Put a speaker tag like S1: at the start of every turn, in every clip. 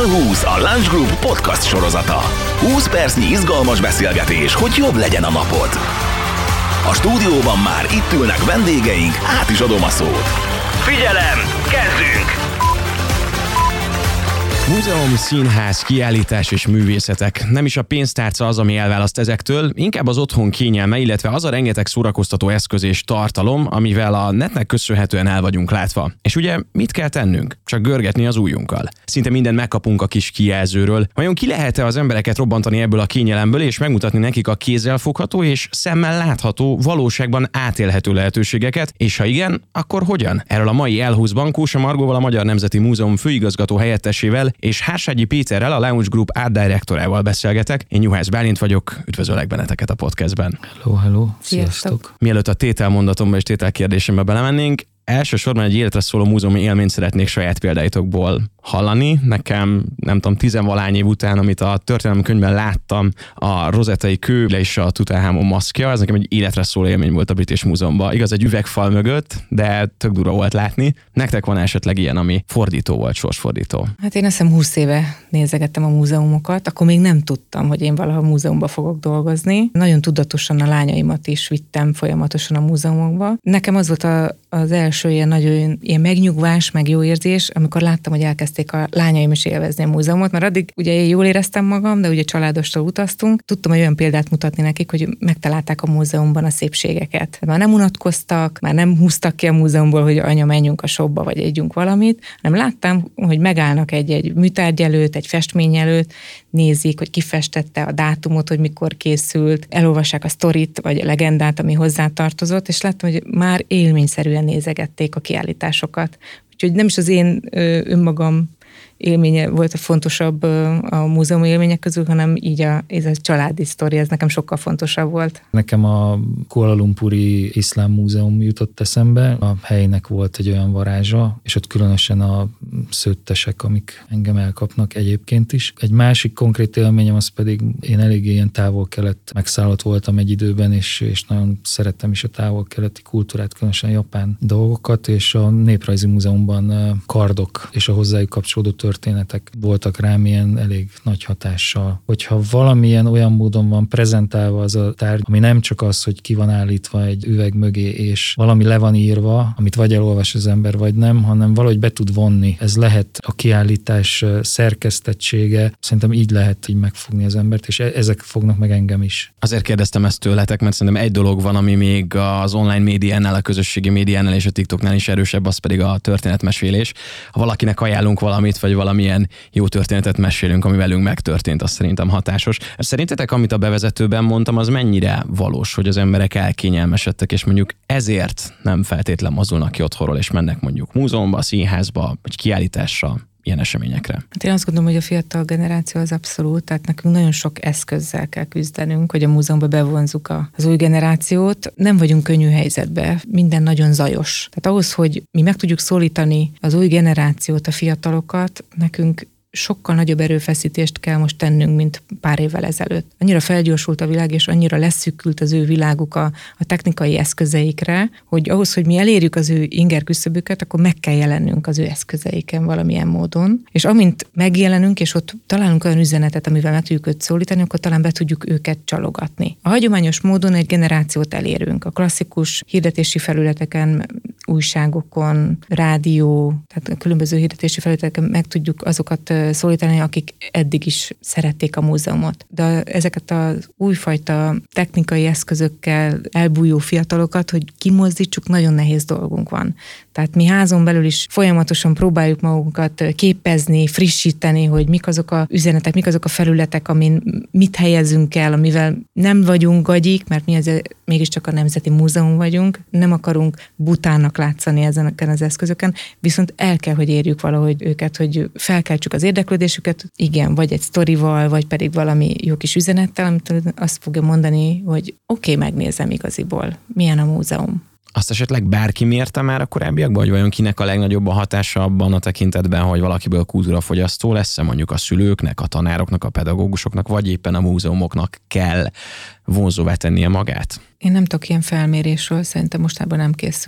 S1: L20 a Lunch Group podcast sorozata. 20 percnyi izgalmas beszélgetés, hogy jobb legyen a napod. A stúdióban már itt ülnek vendégeink, át is adom a szót. Figyelem, kezdünk!
S2: Múzeum, színház, kiállítás és művészetek. Nem is a pénztárca az, ami elválaszt ezektől, inkább az otthon kényelme, illetve az a rengeteg szórakoztató eszköz és tartalom, amivel a netnek köszönhetően el vagyunk látva. És ugye mit kell tennünk? Csak görgetni az ujjunkkal. Szinte mindent megkapunk a kis kijelzőről. Vajon ki lehet-e az embereket robbantani ebből a kényelemből, és megmutatni nekik a kézzelfogható és szemmel látható, valóságban átélhető lehetőségeket? És ha igen, akkor hogyan? Erről a mai L20-ban Kósa Margóval, a Magyar Nemzeti Múzeum főigazgató helyettesével és Hárságyi Péterrel, a Lunch Group Art Directorával beszélgetek. Én Juhász Bálint vagyok, üdvözöllek benneteket a podcastben.
S3: Hello, sziasztok!
S2: Mielőtt a tételmondatomba és tételkérdésembe belemennénk, elsősorban egy életre szóló múzeumi élményt szeretnék saját példáitokból hallani. Nekem, nem tudom, 10-valány év után, amit a történelemkönyvben láttam, a rozettai kő és a Tutanhamon maszkja, ez nekem egy életre szóló élmény volt a British Múzeumban. Igaz, egy üvegfal mögött, de tök durva volt látni. Nektek van esetleg ilyen, ami fordító volt, sorsfordító?
S3: Hát én azt hiszem 20 éve nézegettem a múzeumokat, akkor még nem tudtam, hogy én valaha múzeumban fogok dolgozni. Nagyon tudatosan a lányaimat is vittem folyamatosan a múzeumokba. Nekem az volt az első ilyen nagyon ilyen megnyugvás, meg jó érzés, amikor láttam, hogy elkezdték a lányaim is élvezni a múzeumot, mert addig ugye én jól éreztem magam, de ugye családostól utaztunk, tudtam egy olyan példát mutatni nekik, hogy megtalálták a múzeumban a szépségeket. Már nem unatkoztak, már nem húztak ki a múzeumból, hogy anya, menjünk a shopba, vagy együnk valamit, hanem láttam, hogy megállnak egy műtárgy előtt, egy festmény előtt, nézik, hogy ki festette a dátumot, hogy mikor készült, elolvassák a sztorit, vagy a legendát, ami hozzátartozott, és láttam, hogy már élményszerűen nézegették a kiállításokat. Úgyhogy nem is az én önmagam élménye volt a fontosabb a múzeum élmények közül, hanem így ez a családi sztori, ez nekem sokkal fontosabb volt.
S4: Nekem a Kuala Lumpuri Iszlám Múzeum jutott eszembe. A helynek volt egy olyan varázsa, és ott különösen a szőttesek, amik engem elkapnak egyébként is. Egy másik konkrét élményem az pedig, én eléggé ilyen távol-kelet megszállott voltam egy időben, és nagyon szerettem is a távol-keleti kultúrát, különösen japán dolgokat, és a Néprajzi Múzeumban kardok és a hozzájuk kapcsolódó történetek voltak rám ilyen elég nagy hatással. Hogyha valamilyen olyan módon van prezentálva az a tárgy, ami nem csak az, hogy ki van állítva egy üveg mögé, és valami le van írva, amit vagy elolvas az ember, vagy nem, hanem valahogy be tud vonni. Ez lehet a kiállítás szerkesztettsége, szerintem így lehet így megfogni az embert, és ezek fognak meg engem is.
S2: Azért kérdeztem ezt tőletek, mert szerintem egy dolog van, ami még az online médiánál, a közösségi médiánál és a TikToknál is erősebb, az pedig a történetmesélés. Ha valakinek ajánlunk valamit, vagy valamilyen jó történetet mesélünk, ami velünk megtörtént, az szerintem hatásos. Szerintetek, amit a bevezetőben mondtam, az mennyire valós, hogy az emberek elkényelmesedtek, és mondjuk ezért nem feltétlen mozdulnak ki otthonról, és mennek mondjuk múzeumba, színházba, vagy kiállításra, ilyen eseményekre? Hát
S3: én azt gondolom, hogy a fiatal generáció az abszolút, tehát nekünk nagyon sok eszközzel kell küzdenünk, hogy a múzeumba bevonzuk az új generációt. Nem vagyunk könnyű helyzetben, minden nagyon zajos. Tehát ahhoz, hogy mi meg tudjuk szólítani az új generációt, a fiatalokat, nekünk sokkal nagyobb erőfeszítést kell most tennünk, mint pár évvel ezelőtt. Annyira felgyorsult a világ, és annyira leszűkült az ő világuk a technikai eszközeikre, hogy ahhoz, hogy mi elérjük az ő inger küszöbüket, akkor meg kell jelennünk az ő eszközeiken valamilyen módon. És amint megjelenünk, és ott találunk olyan üzenetet, amivel meg tudjuk őt szólítani, akkor talán be tudjuk őket csalogatni. A hagyományos módon egy generációt elérünk. A klasszikus hirdetési felületeken, újságokon, rádió, tehát a különböző hirdetési felületeken meg tudjuk azokat szólítani, akik eddig is szerették a múzeumot. De ezeket az újfajta technikai eszközökkel elbújó fiatalokat, hogy kimozdítsuk, nagyon nehéz dolgunk van. Tehát mi házon belül is folyamatosan próbáljuk magunkat képezni, frissíteni, hogy mik azok a üzenetek, mik azok a felületek, amin mit helyezünk el, amivel nem vagyunk gagyik, mert mi azért mégiscsak a Nemzeti Múzeum vagyunk, nem akarunk butának látszani ezeken az eszközöken, viszont el kell, hogy érjük valahogy őket, hogy felkeltsük az érdeklődésüket, igen, vagy egy sztorival, vagy pedig valami jó kis üzenettel, amit azt fogja mondani, hogy oké, megnézem igaziból, milyen a múzeum.
S2: Azt esetleg bárki mérte már a korábbiakban, hogy vajon kinek a legnagyobb a hatása abban a tekintetben, hogy valakiből kultúrafogyasztó lesz-e, mondjuk a szülőknek, a tanároknak, a pedagógusoknak, vagy éppen a múzeumoknak kell vonzóvá tennie magát?
S3: Én nem tudok ilyen felmérésről, szerintem mostában nem készült.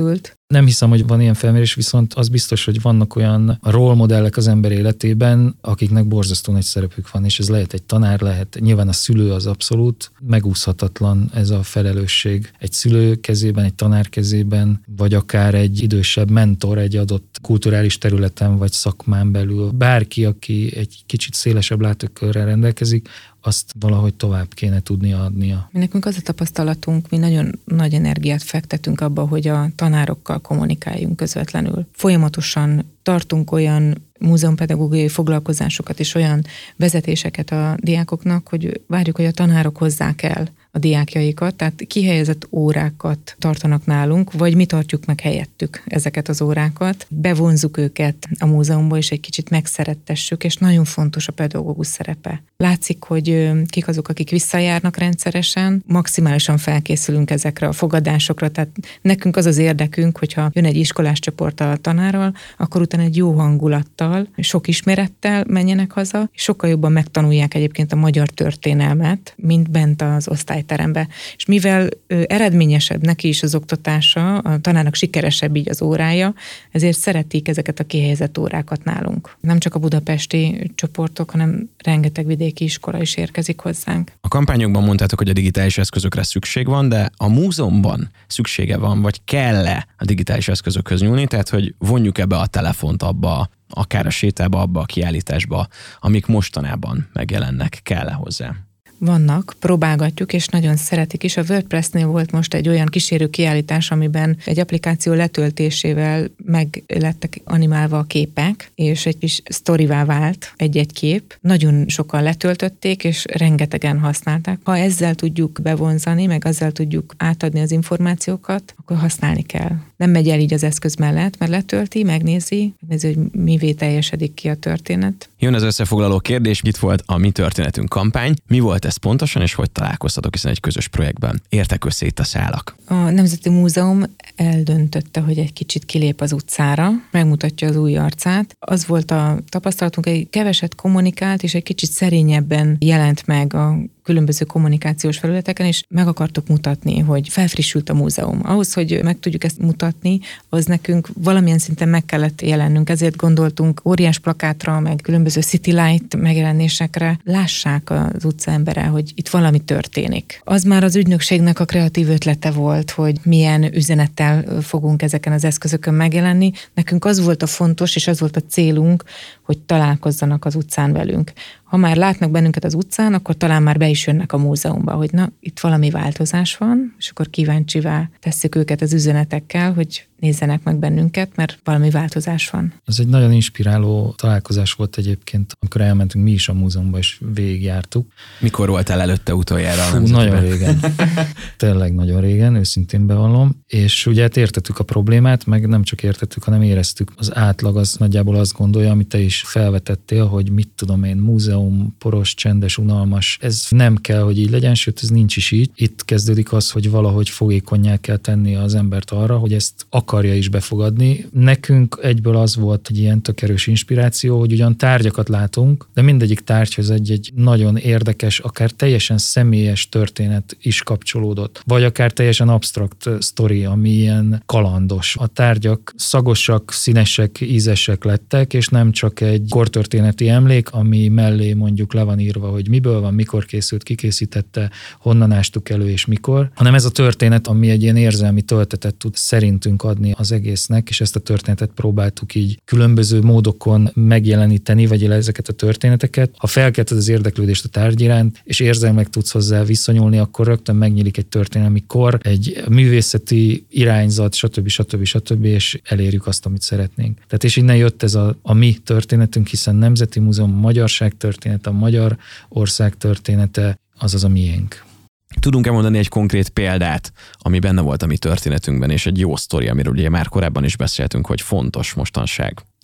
S4: Nem hiszem, hogy van ilyen felmérés, viszont az biztos, hogy vannak olyan role modellek az ember életében, akiknek borzasztó nagy szerepük van, és ez lehet egy tanár, lehet, nyilván a szülő az abszolút megúszhatatlan ez a felelősség. Egy szülő kezében, egy tanár kezében, vagy akár egy idősebb mentor egy adott kulturális területen, vagy szakmán belül. Bárki, aki egy kicsit szélesebb látókörrel rendelkezik, azt valahogy tovább kéne tudnia adnia.
S3: Nekünk az a tapasztalatunk, mi nagyon nagy energiát fektetünk abba, hogy a tanárokkal kommunikáljunk közvetlenül. Folyamatosan tartunk olyan múzeumpedagógiai foglalkozásokat és olyan vezetéseket a diákoknak, hogy várjuk, hogy a tanárok hozzák el a diákjaikat, tehát kihelyezett órákat tartanak nálunk, vagy mi tartjuk meg helyettük ezeket az órákat. Bevonzuk őket a múzeumba, és egy kicsit megszerettessük, és nagyon fontos a pedagógus szerepe. Látszik, hogy kik azok, akik visszajárnak rendszeresen, maximálisan felkészülünk ezekre a fogadásokra, tehát nekünk az az érdekünk, hogyha jön egy iskolás csoport a tanárral, akkor utána egy jó hangulattal, sok ismerettel menjenek haza, és sokkal jobban megtanulják egyébként a magyar történelmet, mint bent az osztályterembe. És mivel eredményesebb neki is az oktatása, a tanárnak sikeresebb így az órája, ezért szeretik ezeket a kihelyezett órákat nálunk. Nem csak a budapesti csoportok, hanem rengeteg vidéki iskola is érkezik hozzánk.
S2: A kampányokban mondtátok, hogy a digitális eszközökre szükség van, de a múzeumban szüksége van, vagy kell-e a digitális eszközökhöz nyúlni, tehát hogy vonjuk ebbe a telefont abba, akár a sétába, abba a kiállításba, amik mostanában megjelennek, kell-e hozzá?
S3: Vannak, próbálgatjuk, és nagyon szeretik is. A WordPress-nél volt most egy olyan kísérő kiállítás, amiben egy applikáció letöltésével meg lettek animálva a képek, és egy kis sztorivá vált egy-egy kép. Nagyon sokan letöltötték, és rengetegen használták. Ha ezzel tudjuk bevonzani, meg ezzel tudjuk átadni az információkat, akkor használni kell. Nem megy el így az eszköz mellett, mert letölti, megnézi, hogy mivé teljesedik ki a történet.
S2: Jön az összefoglaló kérdés, mit volt a Mi Történetünk kampány, mi volt ez pontosan, és hogy találkoztatok, hiszen egy közös projektben értek össze itt a szálak.
S3: A Nemzeti Múzeum eldöntötte, hogy egy kicsit kilép az utcára, megmutatja az új arcát. Az volt a tapasztalatunk, hogy keveset kommunikált, és egy kicsit szerényebben jelent meg a különböző kommunikációs felületeken, és meg akartuk mutatni, hogy felfrissült a múzeum. Ahhoz, hogy meg tudjuk ezt mutatni, az nekünk valamilyen szinten meg kellett jelennünk, ezért gondoltunk óriás plakátra, meg különböző City Light megjelenésekre. Lássák az utca embere, hogy itt valami történik. Az már az ügynökségnek a kreatív ötlete volt, hogy milyen üzenettel fogunk ezeken az eszközökön megjelenni. Nekünk az volt a fontos, és az volt a célunk, hogy találkozzanak az utcán velünk. Ha már látnak bennünket az utcán, akkor talán már be is jönnek a múzeumba, hogy na, itt valami változás van, és akkor kíváncsivá tesszük őket az üzenetekkel, hogy nézzenek meg bennünket, mert valami változás van.
S4: Ez egy nagyon inspiráló találkozás volt egyébként, amikor elmentünk mi is a múzeumba, és végigjártuk.
S2: Mikor voltál előtte utoljára?
S4: Nagyon régen. Tényleg nagyon régen, őszintén bevallom. És ugye hát értettük a problémát, meg nem csak értettük, hanem éreztük. Az átlag az nagyjából azt gondolja, amit te is felvetettél, hogy mit tudom én, múzeum, poros, csendes, unalmas. Ez nem kell, hogy így legyen, sőt, ez nincs is így. Itt kezdődik az, hogy valahogy fogékonnyá kell tenni az embert arra, hogy ezt akarja is befogadni. Nekünk egyből az volt egy ilyen tök erős inspiráció, hogy ugyan tárgyakat látunk, de mindegyik tárgyhoz egy nagyon érdekes, akár teljesen személyes történet is kapcsolódott. Vagy akár teljesen absztrakt sztori, ami ilyen kalandos. A tárgyak szagosak, színesek, ízesek lettek, és nem csak egy kortörténeti emlék, ami mellé mondjuk le van írva, hogy miből van, mikor készült, ki készítette, honnan ástuk elő és mikor, hanem ez a történet, ami egy ilyen érzelmi töltetet tud szerintünk adni az egésznek, és ezt a történetet próbáltuk így különböző módokon megjeleníteni, vagy ezeket a történeteket. Ha felkelted az érdeklődést a tárgy iránt, és érzelmek tudsz hozzá viszonyulni, akkor rögtön megnyílik egy történelmi kor, egy művészeti irányzat, stb. És elérjük azt, amit szeretnénk. Tehát és innen jött ez a mi történetünk, hiszen Nemzeti Múzeum, a magyarság története, a magyar ország története, az a miénk.
S2: Tudunk-e mondani egy konkrét példát, ami benne volt a mi történetünkben, és egy jó sztori, amiről ugye már korábban is beszéltünk, hogy fontos mostanság?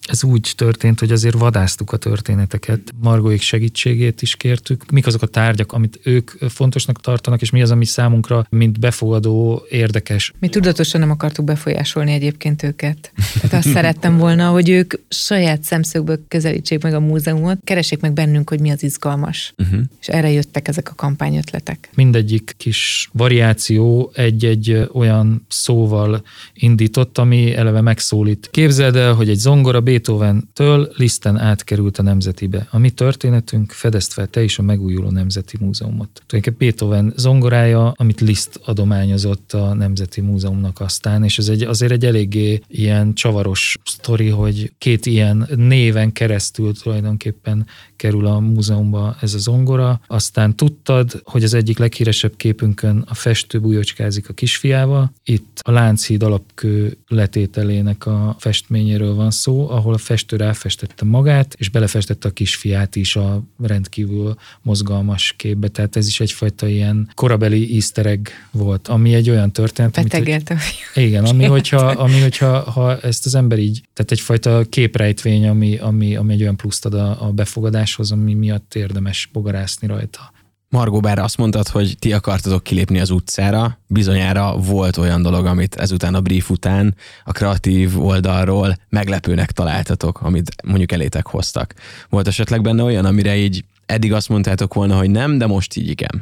S4: Ez úgy történt, hogy azért vadásztuk a történeteket. Margóik segítségét is kértük. Mik azok a tárgyak, amit ők fontosnak tartanak, és mi az, ami számunkra, mint befogadó, érdekes.
S3: Mi tudatosan nem akartuk befolyásolni egyébként őket. Tehát azt szerettem volna, hogy ők saját szemszögből közelítsék meg a múzeumot, keressék meg bennünk, hogy mi az izgalmas. És erre jöttek ezek a kampányötletek.
S4: Mindegyik kis variáció egy-egy olyan szóval indított, ami eleve megszólít. Képzeld el, hogy egy zongora Beethoven-től Liszten átkerült a Nemzetibe. A mi történetünk, fedezd fel te is a megújuló Nemzeti Múzeumot. Tulajdonképpen Beethoven zongorája, amit Liszt adományozott a Nemzeti Múzeumnak aztán, és ez azért egy eléggé ilyen csavaros sztori, hogy két ilyen néven keresztül tulajdonképpen kerül a múzeumba ez a zongora. Aztán tudtad, hogy az egyik leghíresebb képünkön a festő bujócskázik a kisfiával. Itt a Lánchíd alapkő letételének a festményéről van szó, ahol a festő ráfestette magát, és belefestette a kisfiát is a rendkívül mozgalmas képbe. Tehát ez is egyfajta ilyen korabeli easter egg volt, ami egy olyan történet,
S3: Betegelt a fiú.
S4: Igen, ami hogyha ezt az ember így, tehát egyfajta képrejtvény, ami egy olyan pluszt ad a befogadáshoz, ami miatt érdemes bogarászni rajta.
S2: Margó, bár azt mondtad, hogy ti akartatok kilépni az utcára, bizonyára volt olyan dolog, amit ezután a brief után a kreatív oldalról meglepőnek találtatok, amit mondjuk elétek hoztak. Volt esetleg benne olyan, amire így eddig azt mondtátok volna, hogy nem, de most így igen?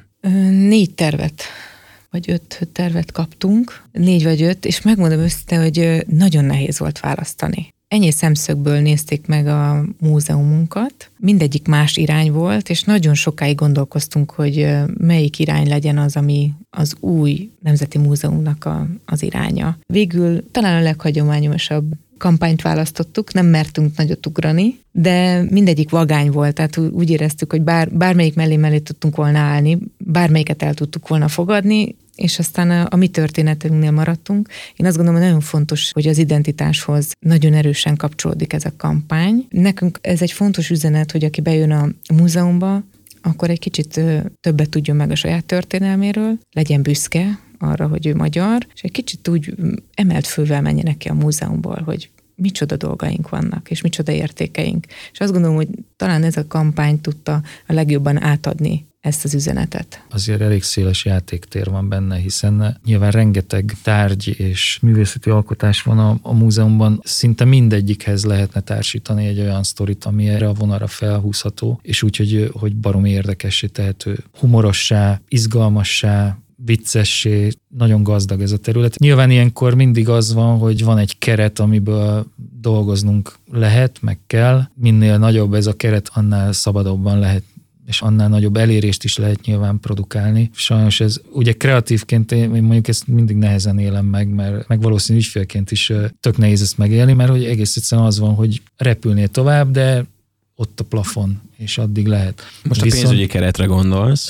S3: 4 tervet, vagy 5 tervet kaptunk, 4 vagy 5, és megmondom őszintén, hogy nagyon nehéz volt választani. Ennyi szemszögből nézték meg a múzeumunkat, mindegyik más irány volt, és nagyon sokáig gondolkoztunk, hogy melyik irány legyen az, ami az új Nemzeti Múzeumnak az iránya. Végül talán a leghagyományosabb kampányt választottuk, nem mertünk nagyot ugrani, de mindegyik vagány volt, tehát úgy éreztük, hogy bármelyik mellé tudtunk volna állni, bármelyiket el tudtuk volna fogadni, és aztán a mi történetünknél maradtunk. Én azt gondolom, hogy nagyon fontos, hogy az identitáshoz nagyon erősen kapcsolódik ez a kampány. Nekünk ez egy fontos üzenet, hogy aki bejön a múzeumba, akkor egy kicsit többet tudjon meg a saját történelméről, legyen büszke arra, hogy ő magyar, és egy kicsit úgy emelt fővel menjenek ki a múzeumból, hogy micsoda dolgaink vannak, és micsoda értékeink. És azt gondolom, hogy talán ez a kampány tudta a legjobban átadni ezt az üzenetet.
S4: Azért elég széles játéktér van benne, hiszen nyilván rengeteg tárgy és művészeti alkotás van a múzeumban. Szinte mindegyikhez lehetne társítani egy olyan sztorit, ami erre a vonalra felhúzható, és úgy, hogy baromi érdekessé tehető. Humorossá, izgalmassá, viccessé, nagyon gazdag ez a terület. Nyilván ilyenkor mindig az van, hogy van egy keret, amiből dolgoznunk lehet, meg kell. Minél nagyobb ez a keret, annál szabadabban lehet, és annál nagyobb elérést is lehet nyilván produkálni. Sajnos ez, ugye kreatívként én mondjuk ezt mindig nehezen élem meg valószínű ügyfélként is tök nehéz ezt megélni, mert hogy egész egyszerűen az van, hogy repülnél tovább, de ott a plafon, és addig lehet.
S2: Most a pénzügyi keretre gondolsz?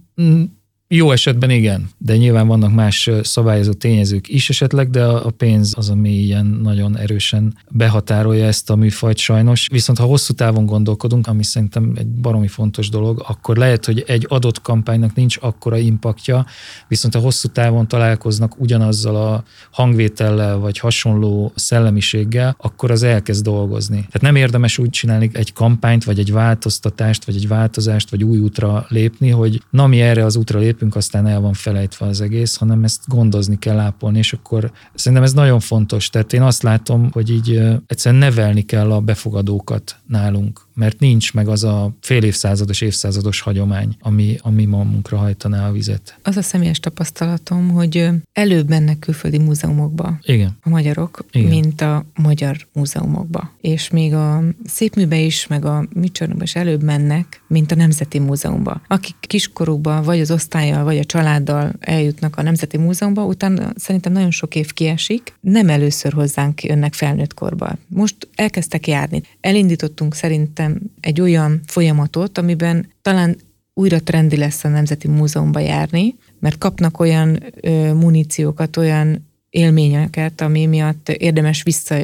S4: Jó esetben igen, de nyilván vannak más szabályozó tényezők is esetleg, de a pénz az, ami ilyen nagyon erősen behatárolja ezt a műfajt sajnos. Viszont ha hosszú távon gondolkodunk, ami szerintem egy baromi fontos dolog, akkor lehet, hogy egy adott kampánynak nincs akkora impaktja, viszont ha hosszú távon találkoznak ugyanazzal a hangvétellel vagy hasonló szellemiséggel, akkor az elkezd dolgozni. Tehát nem érdemes úgy csinálni egy kampányt, vagy egy változtatást, vagy egy változást, vagy új útra lépni, hogy na mi erre az útra lépünk, aztán el van felejtve az egész, hanem ezt gondozni kell, ápolni, és akkor szerintem ez nagyon fontos. Tehát én azt látom, hogy így egyszerűen nevelni kell a befogadókat nálunk, mert nincs meg az a fél évszázados, évszázados hagyomány, ami magunkra hajtaná a vizet.
S3: Az a személyes tapasztalatom, hogy előbb mennek külföldi múzeumokba
S4: Igen.
S3: a magyarok,
S4: Igen.
S3: mint a magyar múzeumokba. És még a Szépműbe is, meg a Műcsarnokba is előbb mennek, mint a Nemzeti Múzeumba. Akik kiskorúban vagy az osztállyal, vagy a családdal eljutnak a Nemzeti Múzeumba, utána szerintem nagyon sok év kiesik, nem először hozzánk jönnek felnőtt korba. Most elkezdtek járni. Elindítottunk szerintem egy olyan folyamatot, amiben talán újra trendi lesz a Nemzeti Múzeumba járni, mert kapnak olyan muníciókat, olyan élményeket, ami miatt érdemes visszatérni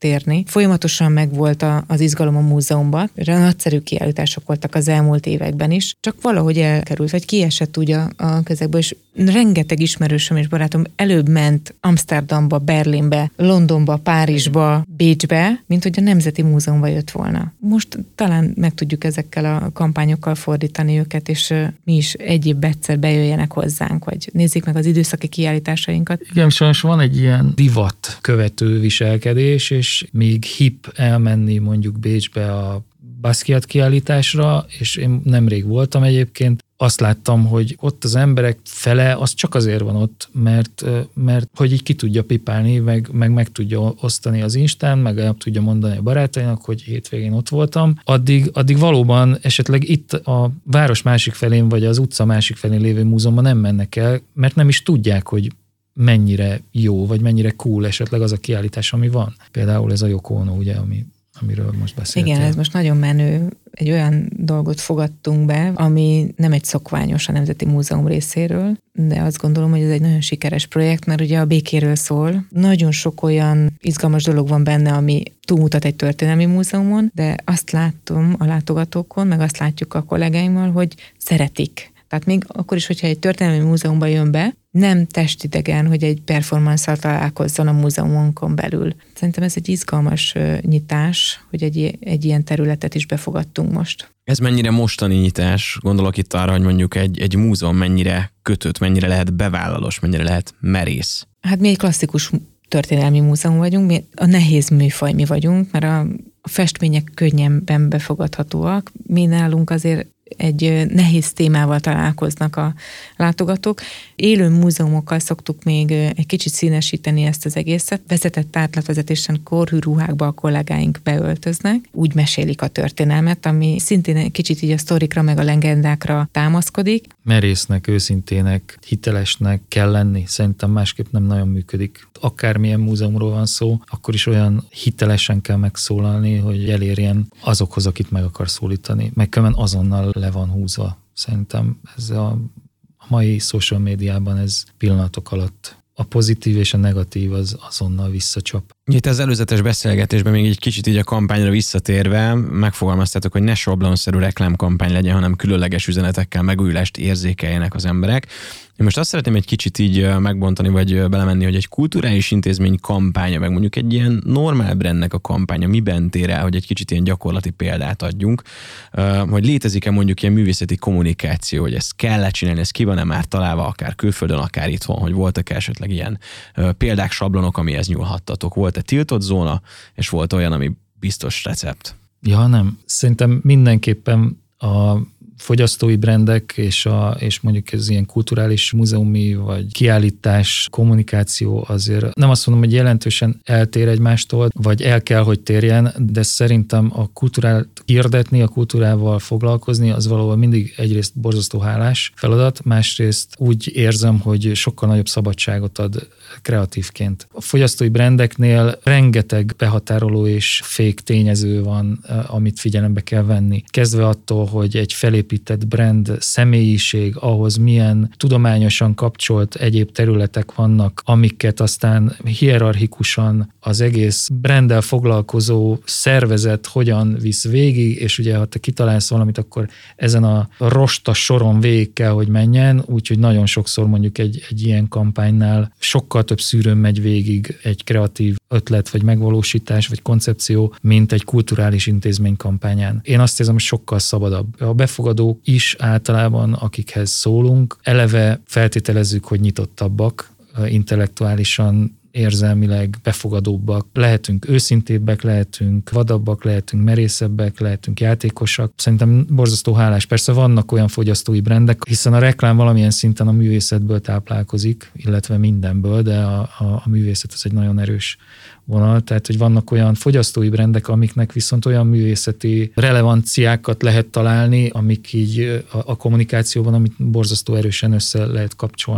S3: térni. Folyamatosan megvolt az izgalom a múzeumban, nagyszerű kiállítások voltak az elmúlt években is, csak valahogy elkerült, vagy kiesett úgy a kezekből, és rengeteg ismerősöm és barátom előbb ment Amsterdamba, Berlinbe, Londonba, Párizsba, Bécsbe, mint hogy a Nemzeti Múzeumba jött volna. Most talán meg tudjuk ezekkel a kampányokkal fordítani őket, és mi is egyéb egyszer bejöjjenek hozzánk, vagy nézzék meg az időszaki kiállításainkat.
S4: Igen, sajnos van egy ilyen divat követő viselkedés, és még hip elmenni mondjuk Bécsbe a Basquiat kiállításra, és én nemrég voltam egyébként, azt láttam, hogy ott az emberek fele az csak azért van ott, mert hogy így ki tudja pipálni, meg tudja osztani az Instán, meg el tudja mondani a barátainak, hogy hétvégén ott voltam. Addig valóban esetleg itt a város másik felén, vagy az utca másik felén lévő múzeumban nem mennek el, mert nem is tudják, hogy mennyire jó, vagy mennyire cool esetleg az a kiállítás, ami van. Például ez a Yoko Ono, ugye, amiről most beszéltél.
S3: Igen, ez most nagyon menő. Egy olyan dolgot fogadtunk be, ami nem egy szokványos a Nemzeti Múzeum részéről, de azt gondolom, hogy ez egy nagyon sikeres projekt, mert ugye a békéről szól. Nagyon sok olyan izgalmas dolog van benne, ami túlmutat egy történelmi múzeumon, de azt látom a látogatókon, meg azt látjuk a kollégáimmal, hogy szeretik. Tehát még akkor is, hogyha egy történelmi múzeumba jön be, nem testidegen, hogy egy performanszal találkozzon a múzeumunkon belül. Szerintem ez egy izgalmas nyitás, hogy egy ilyen területet is befogadtunk most.
S2: Ez mennyire mostani nyitás? Gondolok itt arra, hogy mondjuk egy múzeum mennyire kötött, mennyire lehet bevállalós, mennyire lehet merész.
S3: Hát mi egy klasszikus történelmi múzeum vagyunk, mi a nehéz műfaj mi vagyunk, mert a festmények könnyebben befogadhatóak. Mi nálunk azért egy nehéz témával találkoznak a látogatók. Élő múzeumokkal szoktuk még egy kicsit színesíteni ezt az egészet. Vezetett tárlatvezetésen korhű ruhákba a kollégáink beöltöznek, úgy mesélik a történelmet, ami szintén egy kicsit így a sztorikra meg a legendákra támaszkodik.
S4: Merésznek, őszintének, hitelesnek kell lenni. Szerintem másképp nem nagyon működik. Akármilyen múzeumról van szó, akkor is olyan hitelesen kell megszólalni, hogy elérjen azokhoz, akit meg akar szólítani. Meg különben azonnal le van húzva. Szerintem ez a mai social médiában ez pillanatok alatt a pozitív és a negatív az azonnal visszacsap.
S2: Itt az előzetes beszélgetésben még egy kicsit így a kampányra visszatérve megfogalmaztátok, hogy ne sablonszerű reklámkampány legyen, hanem különleges üzenetekkel megújulást érzékeljenek az emberek. Én most azt szeretném egy kicsit így megbontani, vagy belemenni, hogy egy kulturális intézmény kampánya, meg mondjuk egy ilyen normál brandnek a kampánya miben tér el, hogy egy kicsit ilyen gyakorlati példát adjunk, hogy létezik-e mondjuk ilyen művészeti kommunikáció, hogy ezt kell csinálni, ez ki van-e már találva, akár külföldön, akár itthon, hogy voltak esetleg ilyen példák, sablonok, amihez nyúlhattatok. Volt-e tiltott zóna, és volt olyan, ami biztos recept?
S4: Ja, nem. Szerintem mindenképpen a fogyasztói brandek és mondjuk ez ilyen kulturális, múzeumi vagy kiállítás, kommunikáció azért nem azt mondom, hogy jelentősen eltér egymástól, vagy el kell, hogy térjen, de szerintem a kultúrát hirdetni, a kultúrával foglalkozni, az valóban mindig egyrészt borzasztó hálás feladat, másrészt úgy érzem, hogy sokkal nagyobb szabadságot ad kreatívként. A fogyasztói brandeknél rengeteg behatároló és fék tényező van, amit figyelembe kell venni. Kezdve attól, hogy egy felépített brand személyiség, ahhoz milyen tudományosan kapcsolt egyéb területek vannak, amiket aztán hierarchikusan az egész branddel foglalkozó szervezet hogyan visz végig, és ugye ha te kitalálsz valamit, akkor ezen a rosta soron végig kell, hogy menjen, úgyhogy nagyon sokszor mondjuk egy ilyen kampánynál sokkal több szűrőn megy végig egy kreatív ötlet, vagy megvalósítás, vagy koncepció, mint egy kulturális intézmény kampányán. Én azt érzem, hogy sokkal szabadabb. A befogadók is általában, akikhez szólunk, eleve feltételezzük, hogy nyitottabbak, intellektuálisan, érzelmileg befogadóbbak, lehetünk őszintébbek, lehetünk vadabbak, lehetünk merészebbek, lehetünk játékosak. Szerintem borzasztó hálás. Persze vannak olyan fogyasztói brendek, hiszen a reklám valamilyen szinten a művészetből táplálkozik, illetve mindenből, de a művészet az egy nagyon erős vonal, tehát hogy vannak olyan fogyasztói brendek, amiknek viszont olyan művészeti relevanciákat lehet találni, amik így a kommunikációban, amit borzasztó erősen össze lehet kapcsolni.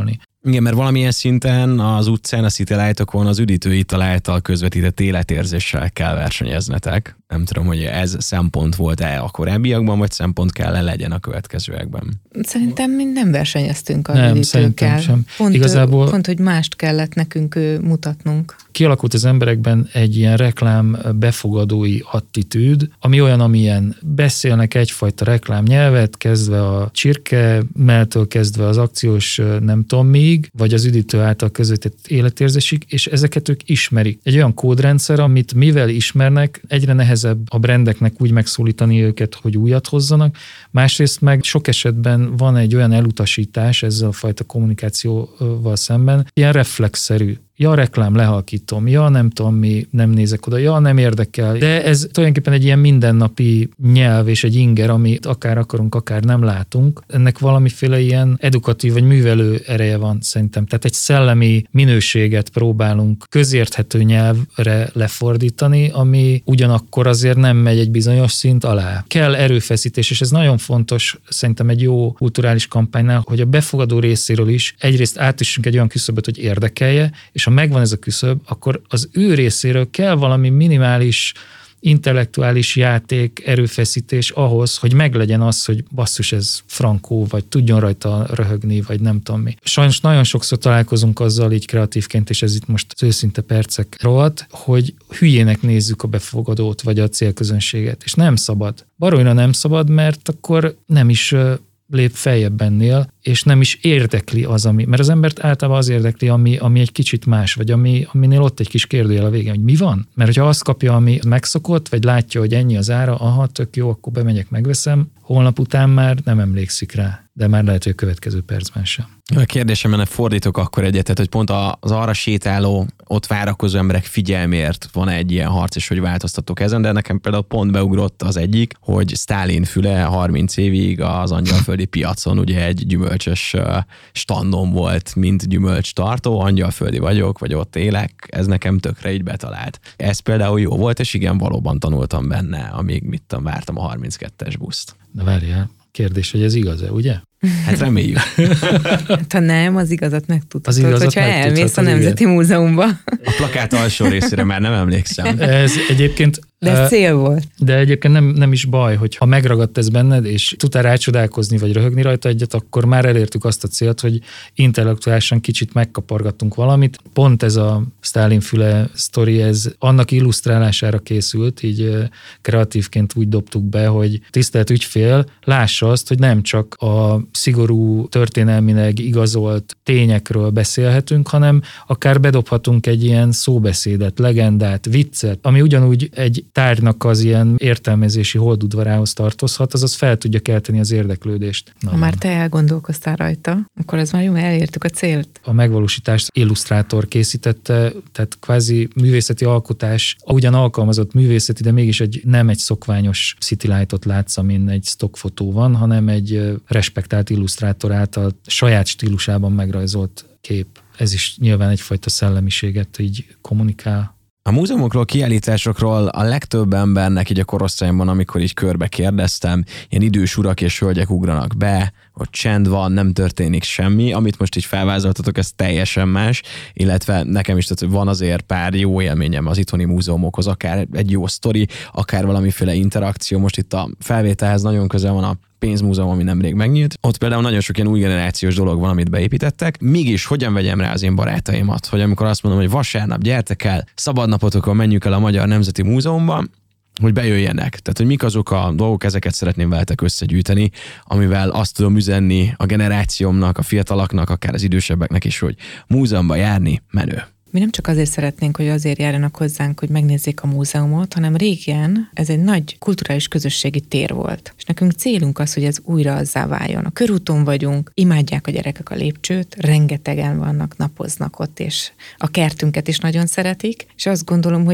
S2: Igen, mert valamilyen szinten az utcán, a City Light-okon az üdítőital által közvetített életérzéssel kell versenyeznetek. Nem tudom, hogy ez szempont volt-e a korábbiakban, vagy szempont kell legyen a következőekben.
S3: Szerintem mi nem versenyeztünk az
S4: Nem, szerintem
S3: üdítőkkel.
S4: sem. Igazából
S3: Pont, hogy mást kellett nekünk mutatnunk.
S4: Kialakult az emberekben egy ilyen reklám befogadói attitűd, ami olyan, amilyen beszélnek egyfajta reklámnyelvet, kezdve a csirkemeltől kezdve az akciós nem tudom még, vagy az üdítő által közvetített életérzésig, és ezeket ők ismerik. Egy olyan kódrendszer, amit mivel ismernek, egyre nehezebb a brandeknek úgy megszólítani őket, hogy újat hozzanak. Másrészt meg sok esetben van egy olyan elutasítás ezzel a fajta kommunikációval szemben, ilyen reflexzerű. Ja, reklám, lehalkítom, ja, nem tudom mi, nem nézek oda, ja, nem érdekel. De ez tulajdonképpen egy ilyen mindennapi nyelv és egy inger, amit akár akarunk, akár nem látunk. Ennek valamiféle ilyen edukatív vagy művelő ereje van szerintem. Tehát egy szellemi minőséget próbálunk közérthető nyelvre lefordítani, ami ugyanakkor azért nem megy egy bizonyos szint alá. Kell erőfeszítés, és ez nagyon fontos szerintem egy jó kulturális kampánynál, hogy a befogadó részéről is egyrészt átüssünk egy olyan küszöböt, hogy érdekelje, és ha megvan ez a küszöb, akkor az ő részéről kell valami minimális intellektuális játék, erőfeszítés ahhoz, hogy meglegyen az, hogy basszus, ez frankó, vagy tudjon rajta röhögni, vagy nem tudom mi. Sajnos nagyon sokszor találkozunk azzal így kreatívként, és ez itt most az őszinte percek rohadt, hogy hülyének nézzük a befogadót, vagy a célközönséget, és nem szabad. Baromira nem szabad, mert akkor nem is lép feljebb ennél, és nem is érdekli az, mert az embert általában az érdekli, ami egy kicsit más, vagy aminél ott egy kis kérdőjel a végén, hogy mi van? Mert hogyha azt kapja, ami megszokott, vagy látja, hogy ennyi az ára, aha, tök jó, akkor bemegyek, megveszem, holnap után már nem emlékszik rá, de már lehet, hogy a következő percben sem.
S2: A kérdésemben fordítok akkor egyetet, hogy pont az arra sétáló, ott várakozó emberek figyelmért van egy ilyen harc, és hogy változtatok ezen, de nekem például pont beugrott az egyik, hogy Sztálin füle 30 évig az angyalföldi piacon ugye egy gyümölcsös standom volt, mint gyümölcstartó, angyalföldi vagyok, vagy ott élek, ez nekem tökre így betalált. Ez például jó volt, és igen, valóban tanultam benne, amíg vártam a 32-es buszt.
S4: Na várjál, kérdés, hogy ez igaz-e, ugye?
S2: Hát reméljük.
S3: Hát, ha nem, az igazat megtudhatod,
S4: az igazat
S3: hogyha elmész a Nemzeti
S4: igen.
S3: Múzeumba.
S2: A plakát alsó részére már nem emlékszem.
S4: Ez egyébként...
S3: De ez cél volt.
S4: De egyébként nem is baj, hogy ha megragadt ez benned, és tudtál rácsodálkozni, vagy röhögni rajta egyet, akkor már elértük azt a célt, hogy intellektuálisan kicsit megkapargattunk valamit. Pont ez a Sztálin füle sztori, ez annak illusztrálására készült, így kreatívként úgy dobtuk be, hogy tisztelt ügyfél, lássa azt, hogy nem csak a szigorú, történelmileg igazolt tényekről beszélhetünk, hanem akár bedobhatunk egy ilyen szóbeszédet, legendát, viccet, ami ugyanúgy egy tárgynak az ilyen értelmezési holdudvarához tartozhat, azaz fel tudja kelteni az érdeklődést.
S3: Ha már te elgondolkoztál rajta, akkor ez már jó, elértük a célt.
S4: A megvalósítást illusztrátor készítette, tehát kvázi művészeti alkotás, ugyan alkalmazott művészeti, de mégis nem egy szokványos City Light-ot látsz, amin egy stockfotó van, hanem egy respektált illusztrátor által saját stílusában megrajzolt kép. Ez is nyilván egyfajta szellemiséget így kommunikál.
S2: A múzeumokról, kiállításokról a legtöbb embernek így a korosztályomban, amikor így körbe kérdeztem, ilyen idős urak és hölgyek ugranak be, ott csend van, nem történik semmi, amit most így felvázoltatok, ez teljesen más, illetve nekem is tehát van azért pár jó élményem az itthoni múzeumokhoz, akár egy jó sztori, akár valamiféle interakció. Most itt a felvételhez nagyon közel van a pénzmúzeum, ami nemrég megnyílt. Ott például nagyon sok ilyen új generációs dolog van, amit beépítettek. Mégis hogyan vegyem rá az én barátaimat, hogy amikor azt mondom, hogy vasárnap gyertek el, szabadnapotokon menjünk el a Magyar Nemzeti Múzeumba, hogy bejöjjenek. Tehát, hogy mik azok a dolgok, ezeket szeretném veletek összegyűjteni, amivel azt tudom üzenni a generációmnak, a fiatalaknak, akár az idősebbeknek is, hogy múzeumba járni menő.
S3: Mi nem csak azért szeretnénk, hogy azért járjanak hozzánk, hogy megnézzék a múzeumot, hanem régen ez egy nagy kulturális közösségi tér volt. És nekünk célunk az, hogy ez újra azzá váljon. A körúton vagyunk, imádják a gyerekek a lépcsőt, rengetegen vannak, napoznak ott, és a kertünket is nagyon szeretik, és azt gondolom, hogy egy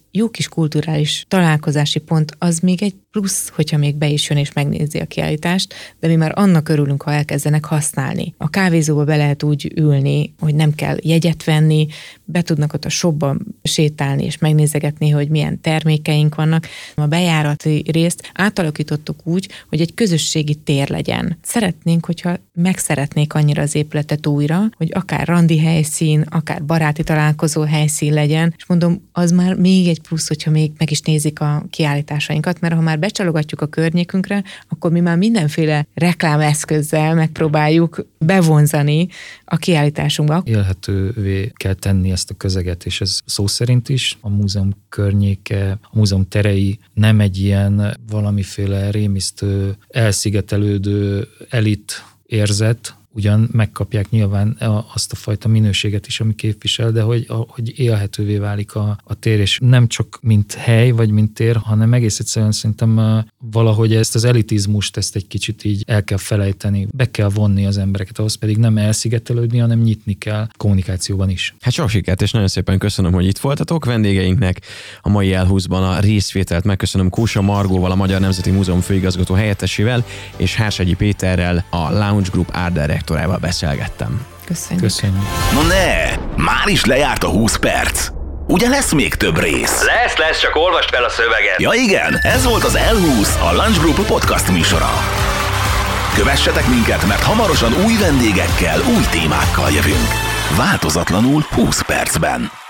S3: jó kis kulturális találkozási pont, az még egy plusz, hogyha még be is jön és megnézi a kiállítást, de mi már annak örülünk, ha elkezdenek használni. A kávézóba be lehet úgy ülni, hogy nem kell jegyet venni, be tudnak ott a shopba sétálni és megnézegetni, hogy milyen termékeink vannak. A bejárati részt átalakítottuk úgy, hogy egy közösségi tér legyen. Szeretnénk, hogyha megszeretnék annyira az épületet újra, hogy akár randi helyszín, akár baráti találkozó helyszín legyen, és mondom, az már még egy plusz, hogyha még meg is nézik a kiállításainkat, mert ha már becsalogatjuk a környékünkre, akkor mi már mindenféle reklámeszközzel megpróbáljuk bevonzani a kiállításunkba.
S4: Élhetővé kell tenni ezt a közeget, és ez szó szerint is. A múzeum környéke, a múzeum terei nem egy ilyen valamiféle rémisztő, elszigetelődő elit érzet, ugyan megkapják nyilván azt a fajta minőséget is, ami képvisel, de hogy élhetővé válik a tér, és nem csak mint hely, vagy mint tér, hanem egész egyszerűen szerintem valahogy ezt az elitizmust, ezt egy kicsit így el kell felejteni, be kell vonni az embereket, ahhoz pedig nem elszigetelődni, hanem nyitni kell kommunikációban is.
S2: Hát sok sikert, és nagyon szépen köszönöm, hogy itt voltatok. Vendégeinknek a mai L20-ban a részvételt megköszönöm Kósa Margóval, a Magyar Nemzeti Múzeum főigazgató helyettesével, és Hársegyi Péterrel, a Lounge Group Art Directorával beszélgettem.
S3: Köszönjük.
S1: No ne, már is lejárt a 20 perc. Ugye lesz még több rész?
S5: Lesz, csak olvasd fel a szöveget.
S1: Ja igen, ez volt az L20, a Lunch Group podcast műsora. Kövessetek minket, mert hamarosan új vendégekkel, új témákkal jövünk. Változatlanul 20 percben.